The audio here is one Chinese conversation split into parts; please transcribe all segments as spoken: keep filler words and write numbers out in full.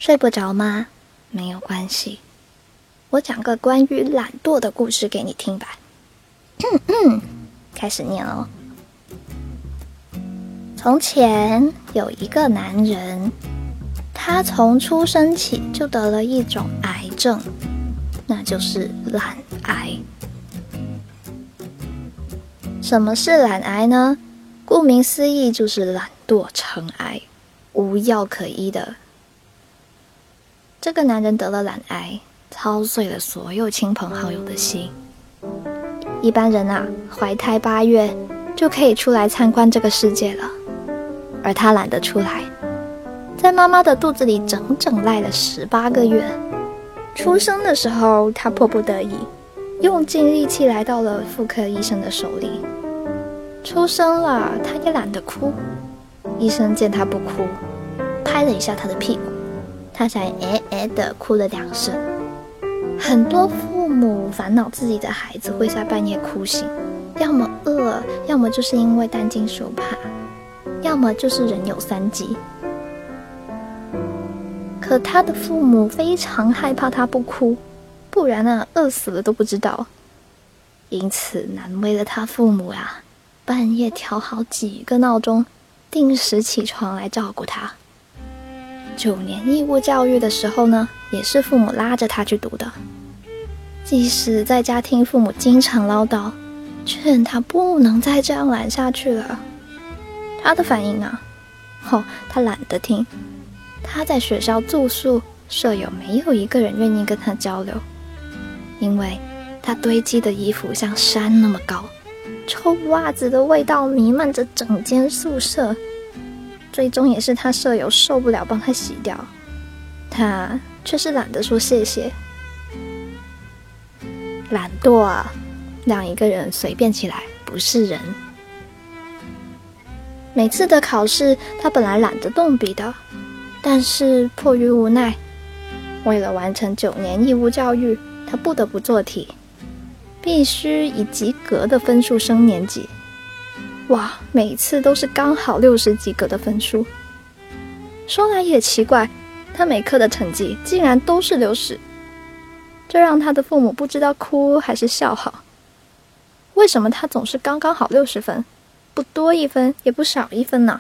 睡不着吗？没有关系，我讲个关于懒惰的故事给你听吧。开始念哦。从前有一个男人，他从出生起就得了一种癌症，那就是懒癌。什么是懒癌呢？顾名思义，就是懒惰成癌，无药可医的。这个男人得了懒癌，操碎了所有亲朋好友的心。一般人啊，怀胎八月就可以出来参观这个世界了，而他懒得出来，在妈妈的肚子里整整赖了十八个月。出生的时候，他迫不得已，用尽力气来到了妇科医生的手里。出生了，他也懒得哭。医生见他不哭，拍了一下他的屁股，他才哎哎的哭了两声。很多父母烦恼自己的孩子会在半夜哭醒，要么饿，要么就是因为担惊受怕，要么就是人有三急。可他的父母非常害怕他不哭，不然啊，饿死了都不知道。因此难为了他父母啊，半夜调好几个闹钟，定时起床来照顾他。九年义务教育的时候呢，也是父母拉着他去读的。即使在家听父母经常唠叨，劝他不能再这样懒下去了，他的反应啊，哦，他懒得听。他在学校住宿，舍友没有一个人愿意跟他交流，因为他堆积的衣服像山那么高，臭袜子的味道弥漫着整间宿舍，最终也是他舍友受不了帮他洗掉，他却是懒得说谢谢。懒惰啊，让一个人随便起来不是人。每次的考试，他本来懒得动笔的，但是迫于无奈，为了完成九年义务教育，他不得不做题，必须以及格的分数升年级。哇，每次都是刚好六十及格的分数。说来也奇怪，他每科的成绩竟然都是六十，这让他的父母不知道哭还是笑好。为什么他总是刚刚好六十分，不多一分也不少一分呢？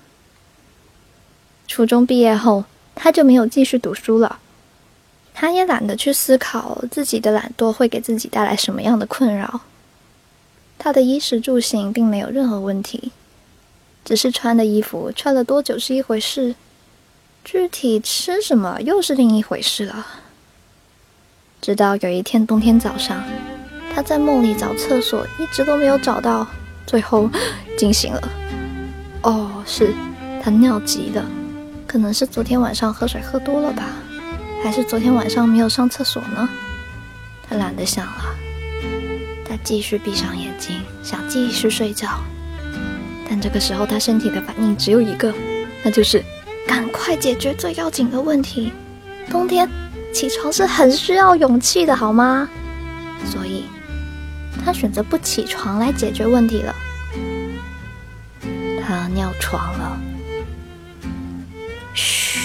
初中毕业后，他就没有继续读书了。他也懒得去思考自己的懒惰会给自己带来什么样的困扰。他的衣食住行并没有任何问题，只是穿的衣服穿了多久是一回事，具体吃什么又是另一回事了。直到有一天冬天早上，他在梦里找厕所一直都没有找到，最后惊醒了。哦，是他尿急了，可能是昨天晚上喝水喝多了吧，还是昨天晚上没有上厕所呢？他懒得想了，他继续闭上眼睛，想继续睡觉。但这个时候他身体的反应只有一个，那就是赶快解决最要紧的问题。冬天起床是很需要勇气的好吗？所以他选择不起床来解决问题了。他尿床了。嘘，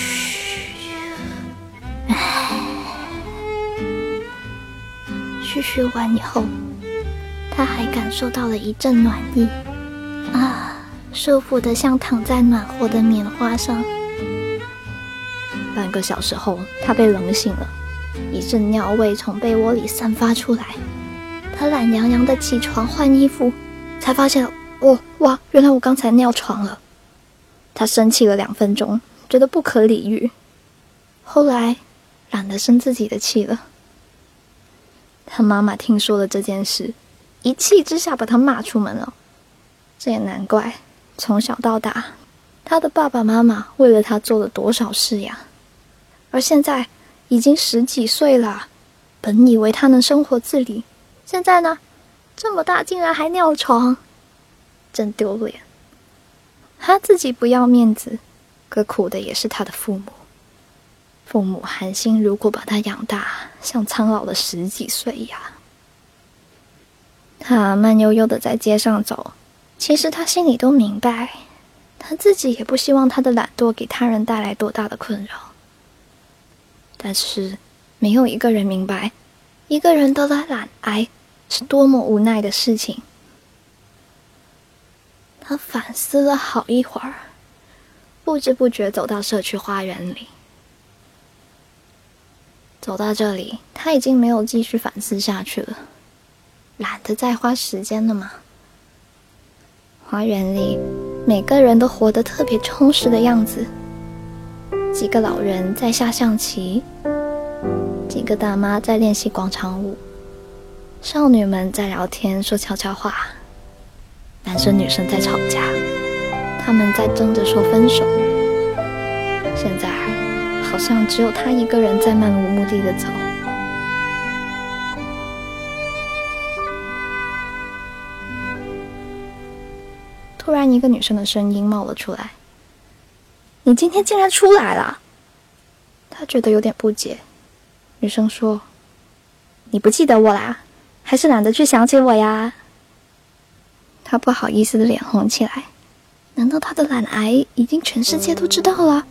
嘘嘘完以后，他还感受到了一阵暖意啊，舒服的像躺在暖和的棉花上。半个小时后，他被冷醒了，一阵尿味从被窝里散发出来。他懒洋洋的起床换衣服，才发现哦哇，原来我刚才尿床了。他生气了两分钟，觉得不可理喻，后来懒得生自己的气了。他妈妈听说了这件事，一气之下把他骂出门了。这也难怪，从小到大，他的爸爸妈妈为了他做了多少事呀。而现在已经十几岁了，本以为他能生活自理，现在呢，这么大竟然还尿床，真丢脸。他自己不要面子，可苦的也是他的父母。父母含辛茹苦把他养大，像苍老了十几岁呀。他慢悠悠的在街上走，其实他心里都明白，他自己也不希望他的懒惰给他人带来多大的困扰。 但是没有一个人明白，一个人得了懒癌是多么无奈的事情。他反思了好一会儿，不知不觉走到社区花园里。走到这里，他已经没有继续反思下去了，懒得再花时间了嘛。花园里每个人都活得特别充实的样子，几个老人在下象棋，几个大妈在练习广场舞，少女们在聊天说悄悄话，男生女生在吵架，他们在争着说分手。现在好像只有他一个人在漫无目的的走。突然一个女生的声音冒了出来：你今天竟然出来了！他觉得有点不解。女生说：你不记得我啦？还是懒得去想起我呀？他不好意思的脸红起来，难道他的懒癌已经全世界都知道了？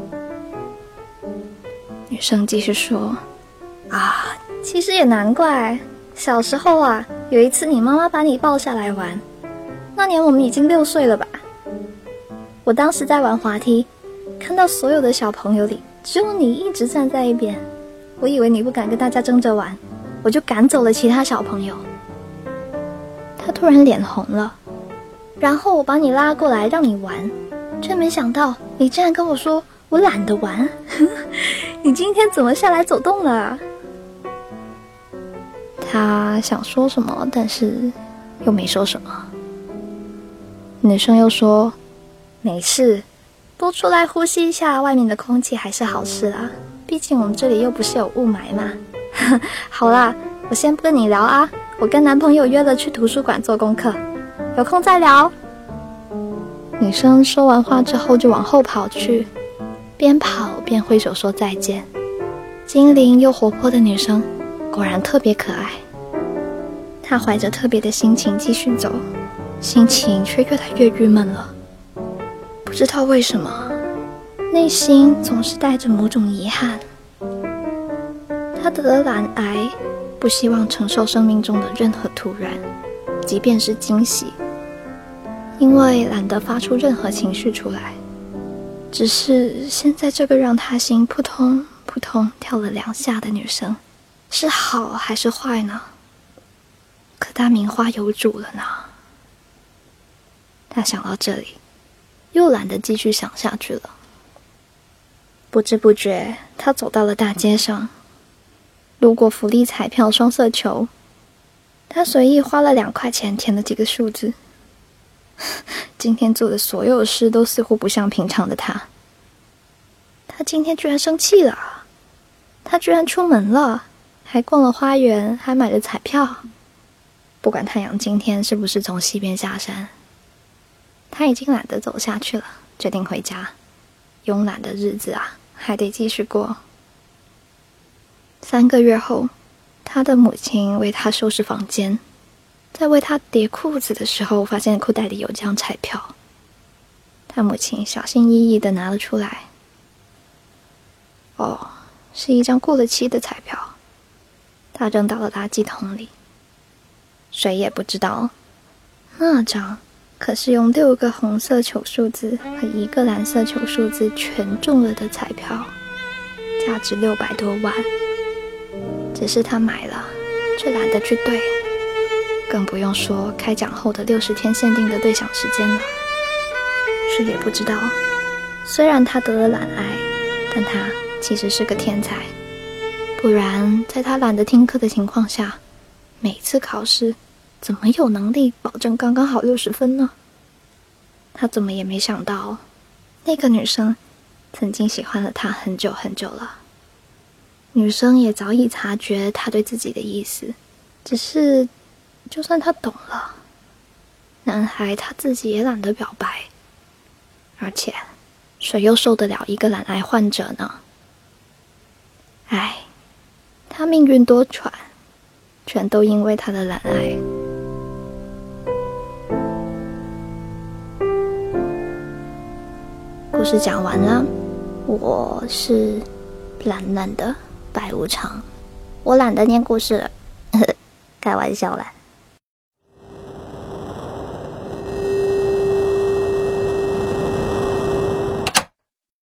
女生继续说：啊，其实也难怪，小时候啊，有一次你妈妈把你抱下来玩，那年我们已经六岁了吧。我当时在玩滑梯，看到所有的小朋友里只有你一直站在一边，我以为你不敢跟大家争着玩，我就赶走了其他小朋友。他突然脸红了，然后我把你拉过来让你玩，却没想到你竟然跟我说我懒得玩。你今天怎么下来走动了啊？他想说什么，但是又没说什么。女生又说：没事，多出来呼吸一下外面的空气还是好事啦，毕竟我们这里又不是有雾霾嘛。好啦，我先不跟你聊啊，我跟男朋友约了去图书馆做功课，有空再聊。女生说完话之后就往后跑去，边跑边挥手说再见。精灵又活泼的女生果然特别可爱。她怀着特别的心情继续走，心情却越来越郁闷了。不知道为什么，内心总是带着某种遗憾。她得了懒癌，不希望承受生命中的任何突然，即便是惊喜，因为懒得发出任何情绪出来。只是现在这个让她心扑通扑通跳了两下的女生，是好还是坏呢？可她名花有主了呢。她想到这里，又懒得继续想下去了。不知不觉，她走到了大街上，路过福利彩票双色球，她随意花了两块钱填了几个数字。今天做的所有事都似乎不像平常的她。她今天居然生气了，她居然出门了，还逛了花园，还买了彩票。不管太阳今天是不是从西边下山，她已经懒得走下去了，决定回家。慵懒的日子啊，还得继续过。三个月后，她的母亲为她收拾房间，在为她叠裤子的时候，发现裤袋里有张彩票。她母亲小心翼翼地拿了出来。哦，是一张过了期的彩票。她扔到了垃圾桶里。谁也不知道，那张可是用六个红色球数字和一个蓝色球数字全中了的彩票，价值六百多万。只是她买了，却懒得去兑，更不用说开奖后的六十天限定的兑奖时间了。谁也不知道，虽然她得了懒癌，但她其实是个天才。不然，在她懒得听课的情况下，每次考试怎么有能力保证刚刚好六十分呢？他怎么也没想到，那个女生曾经喜欢了他很久很久了。女生也早已察觉他对自己的意思，只是就算他懂了，男孩他自己也懒得表白。而且谁又受得了一个懒癌患者呢？唉，他命运多舛，全都因为他的懒癌。故事讲完了，我是懒懒的白无常。我懒得念故事了，开玩笑啦。